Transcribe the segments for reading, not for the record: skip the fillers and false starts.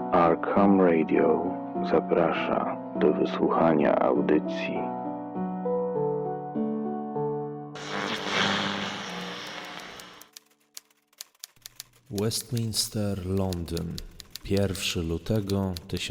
Arkham Radio zaprasza do wysłuchania audycji. Westminster, Londyn, 1 lutego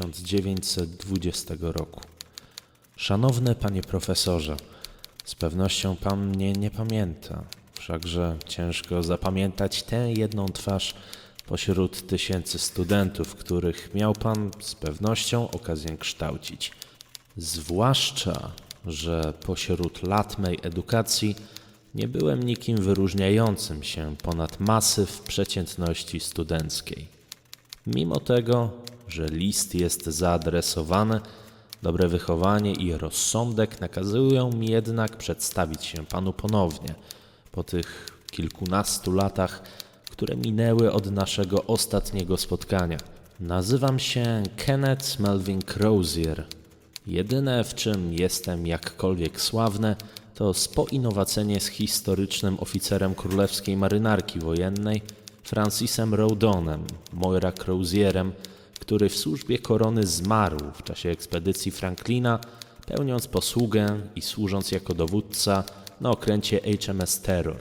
1920 roku. Szanowny panie profesorze, z pewnością pan mnie nie pamięta, wszakże ciężko zapamiętać tę jedną twarz pośród tysięcy studentów, których miał pan z pewnością okazję kształcić. Zwłaszcza, że pośród lat mej edukacji nie byłem nikim wyróżniającym się ponad masy w przeciętności studenckiej. Mimo tego, że list jest zaadresowany, dobre wychowanie i rozsądek nakazują mi jednak przedstawić się panu ponownie po tych kilkunastu latach, które minęły od naszego ostatniego spotkania. Nazywam się Kenneth Melvin Crozier. Jedyne, w czym jestem jakkolwiek sławny, to spoinowacenie z historycznym oficerem królewskiej marynarki wojennej Francisem Rawdonem, Moira Crozierem, który w służbie korony zmarł w czasie ekspedycji Franklina, pełniąc posługę i służąc jako dowódca na okręcie HMS Terror.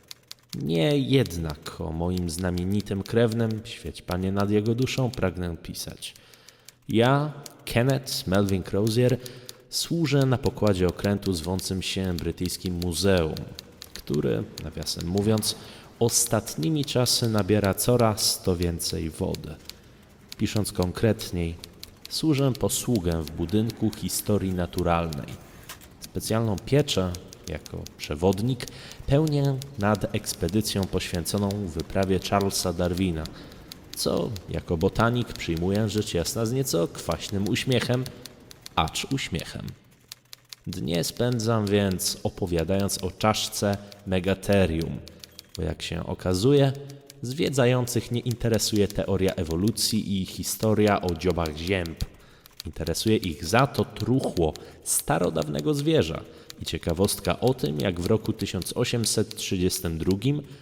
Nie jednak o moim znamienitym krewnym, świeć Panie nad jego duszą, pragnę pisać. Ja, Kenneth Melvin Crozier, służę na pokładzie okrętu zwącym się Brytyjskim Muzeum, który, nawiasem mówiąc, ostatnimi czasy nabiera coraz to więcej wody. Pisząc konkretniej, służę posługę w budynku historii naturalnej. Specjalną pieczę, jako przewodnik, pełnię nad ekspedycją poświęconą wyprawie Charlesa Darwina, co jako botanik przyjmuję rzecz jasna z nieco kwaśnym uśmiechem, acz uśmiechem. Dnie spędzam więc opowiadając o czaszce Megatherium, bo jak się okazuje, zwiedzających nie interesuje teoria ewolucji i historia o dziobach zięb. Interesuje ich za to truchło starodawnego zwierza i ciekawostka o tym, jak w roku 1832,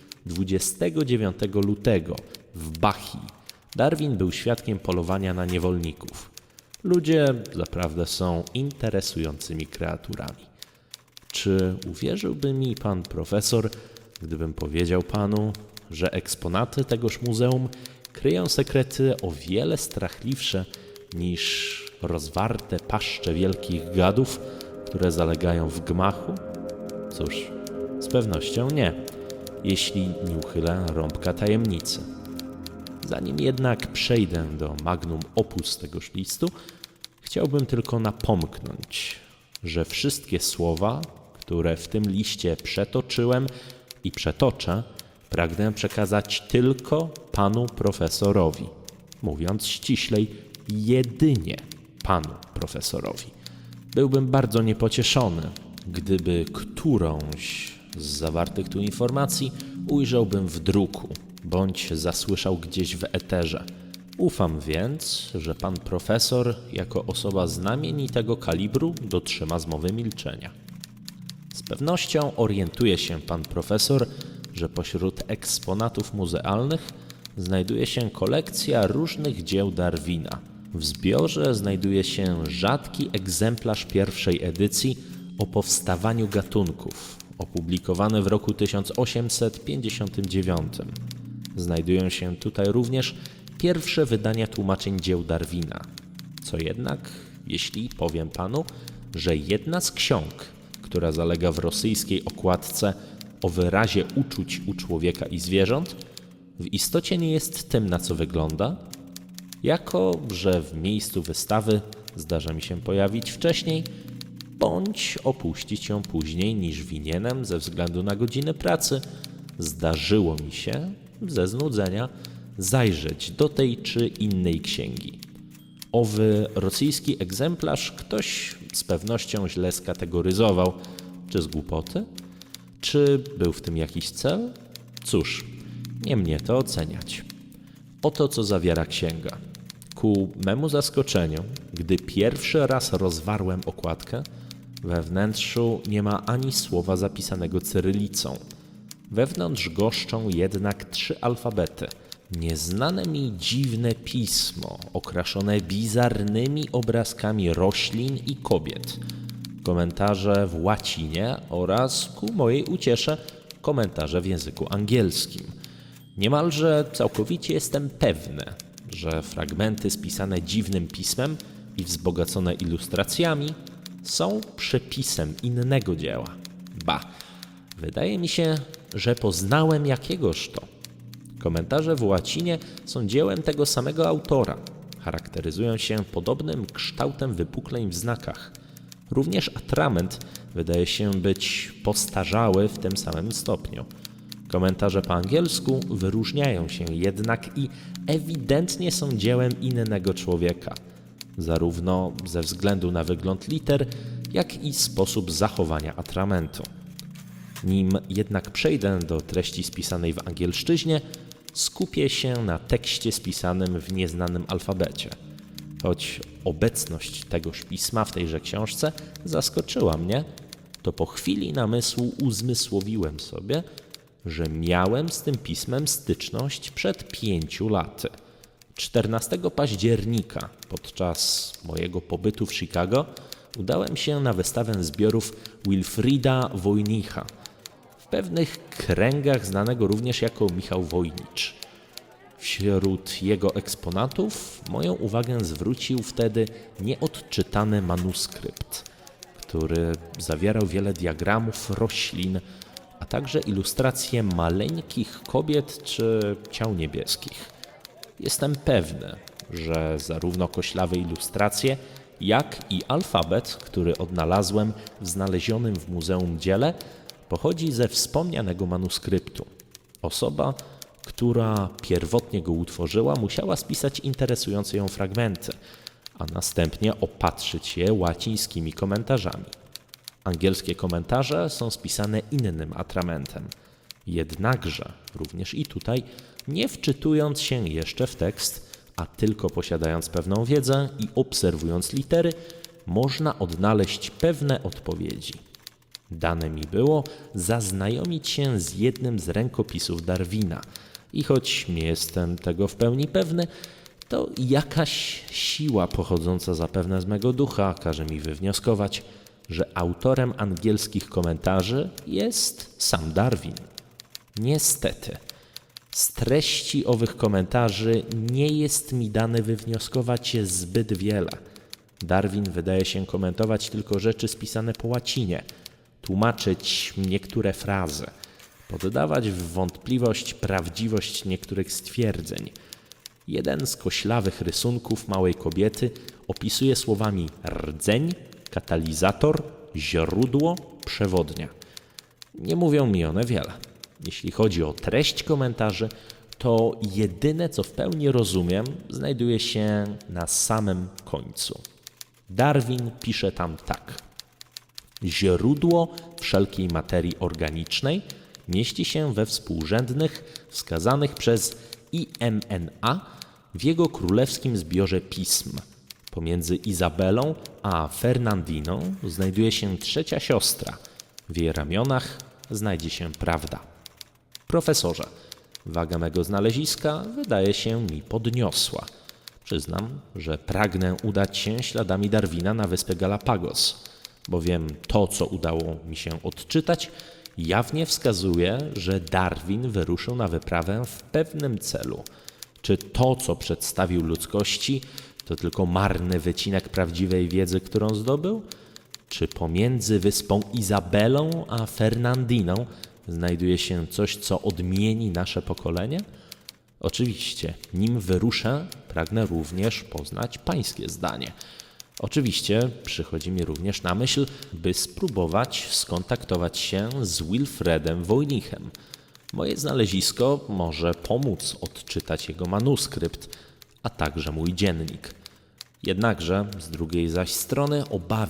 29 lutego w Bahii, Darwin był świadkiem polowania na niewolników. Ludzie zaprawdę są interesującymi kreaturami. Czy uwierzyłby mi pan profesor, gdybym powiedział panu, że eksponaty tegoż muzeum kryją sekrety o wiele strachliwsze niż rozwarte paszcze wielkich gadów, które zalegają w gmachu? Cóż, z pewnością nie, jeśli nie uchylę rąbka tajemnicy. Zanim jednak przejdę do magnum opus tegoż listu, chciałbym tylko napomknąć, że wszystkie słowa, które w tym liście przetoczyłem i przetoczę, pragnę przekazać tylko panu profesorowi. Mówiąc ściślej, jedynie panu profesorowi. Byłbym bardzo niepocieszony, gdyby którąś z zawartych tu informacji ujrzałbym w druku, bądź zasłyszał gdzieś w eterze. Ufam więc, że pan profesor, jako osoba znamienitego kalibru, dotrzyma zmowy milczenia. Z pewnością orientuje się pan profesor, że pośród eksponatów muzealnych znajduje się kolekcja różnych dzieł Darwina. W zbiorze znajduje się rzadki egzemplarz pierwszej edycji o powstawaniu gatunków, opublikowany w roku 1859. Znajdują się tutaj również pierwsze wydania tłumaczeń dzieł Darwina. Co jednak, jeśli powiem panu, że jedna z ksiąg, która zalega w rosyjskiej okładce o wyrazie uczuć u człowieka i zwierząt, w istocie nie jest tym, na co wygląda, jako że w miejscu wystawy zdarza mi się pojawić wcześniej, bądź opuścić ją później niż winienem ze względu na godziny pracy, zdarzyło mi się, ze znudzenia, zajrzeć do tej czy innej księgi. Owy rosyjski egzemplarz ktoś z pewnością źle skategoryzował, czy z głupoty, czy był w tym jakiś cel? Cóż, nie mnie to oceniać. Oto co zawiera księga. Ku memu zaskoczeniu, gdy pierwszy raz rozwarłem okładkę, we wnętrzu nie ma ani słowa zapisanego cyrylicą. Wewnątrz goszczą jednak 3 alfabety, Nieznane mi dziwne pismo, okraszone bizarnymi obrazkami roślin i kobiet, komentarze w łacinie oraz, ku mojej uciesze, komentarze w języku angielskim. Niemalże całkowicie jestem pewny, że fragmenty spisane dziwnym pismem i wzbogacone ilustracjami są przepisem innego dzieła. Ba, wydaje mi się, że poznałem jakiegoż to. Komentarze w łacinie są dziełem tego samego autora. Charakteryzują się podobnym kształtem wypukleń w znakach. Również atrament wydaje się być postarzały w tym samym stopniu. Komentarze po angielsku wyróżniają się jednak i ewidentnie są dziełem innego człowieka, zarówno ze względu na wygląd liter, jak i sposób zachowania atramentu. Nim jednak przejdę do treści spisanej w angielszczyźnie, skupię się na tekście spisanym w nieznanym alfabecie. Choć obecność tegoż pisma w tejże książce zaskoczyła mnie, to po chwili namysłu uzmysłowiłem sobie, że miałem z tym pismem styczność przed 5 laty. 14 października podczas mojego pobytu w Chicago udałem się na wystawę zbiorów Wilfrida Voynicha, w pewnych kręgach znanego również jako Michał Wojnicz. Wśród jego eksponatów moją uwagę zwrócił wtedy nieodczytany manuskrypt, który zawierał wiele diagramów roślin, a także ilustracje maleńkich kobiet czy ciał niebieskich. Jestem pewny, że zarówno koślawe ilustracje, jak i alfabet, który odnalazłem w znalezionym w muzeum dziele, pochodzi ze wspomnianego manuskryptu. Osoba, która pierwotnie go utworzyła, musiała spisać interesujące ją fragmenty, a następnie opatrzyć je łacińskimi komentarzami. Angielskie komentarze są spisane innym atramentem. Jednakże, również i tutaj, nie wczytując się jeszcze w tekst, a tylko posiadając pewną wiedzę i obserwując litery, można odnaleźć pewne odpowiedzi. Dane mi było zaznajomić się z jednym z rękopisów Darwina i choć nie jestem tego w pełni pewny, to jakaś siła pochodząca zapewne z mego ducha każe mi wywnioskować, że autorem angielskich komentarzy jest sam Darwin. Niestety, z treści owych komentarzy nie jest mi dane wywnioskować zbyt wiele. Darwin wydaje się komentować tylko rzeczy spisane po łacinie, tłumaczyć niektóre frazy, poddawać w wątpliwość prawdziwość niektórych stwierdzeń. Jeden z koślawych rysunków małej kobiety opisuje słowami rdzeń, katalizator, źródło, przewodnia. Nie mówią mi one wiele. Jeśli chodzi o treść komentarzy, to jedyne, co w pełni rozumiem, znajduje się na samym końcu. Darwin pisze tam tak. Źródło wszelkiej materii organicznej mieści się we współrzędnych wskazanych przez IMNA w jego królewskim zbiorze pism. Pomiędzy Izabelą a Fernandiną znajduje się trzecia siostra. W jej ramionach znajdzie się prawda. Profesorze, waga mego znaleziska wydaje się mi podniosła. Przyznam, że pragnę udać się śladami Darwina na wyspę Galapagos, bowiem to, co udało mi się odczytać, jawnie wskazuje, że Darwin wyruszył na wyprawę w pewnym celu. Czy to, co przedstawił ludzkości, to tylko marny wycinek prawdziwej wiedzy, którą zdobył? Czy pomiędzy wyspą Izabelą a Fernandiną znajduje się coś, co odmieni nasze pokolenie? Oczywiście, nim wyruszę, pragnę również poznać pańskie zdanie. Oczywiście przychodzi mi również na myśl, by spróbować skontaktować się z Wilfredem Voynichem. Moje znalezisko może pomóc odczytać jego manuskrypt, a także mój dziennik. Jednakże z drugiej zaś strony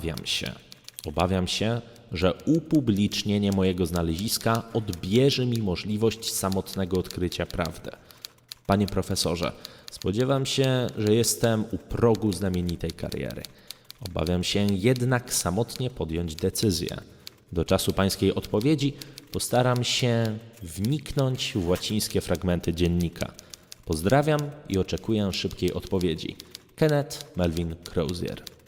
obawiam się, że upublicznienie mojego znaleziska odbierze mi możliwość samotnego odkrycia prawdy. Panie profesorze, spodziewam się, że jestem u progu znamienitej kariery. Obawiam się jednak samotnie podjąć decyzję. Do czasu pańskiej odpowiedzi postaram się wniknąć w łacińskie fragmenty dziennika. Pozdrawiam i oczekuję szybkiej odpowiedzi. Kenneth Melvin Crozier.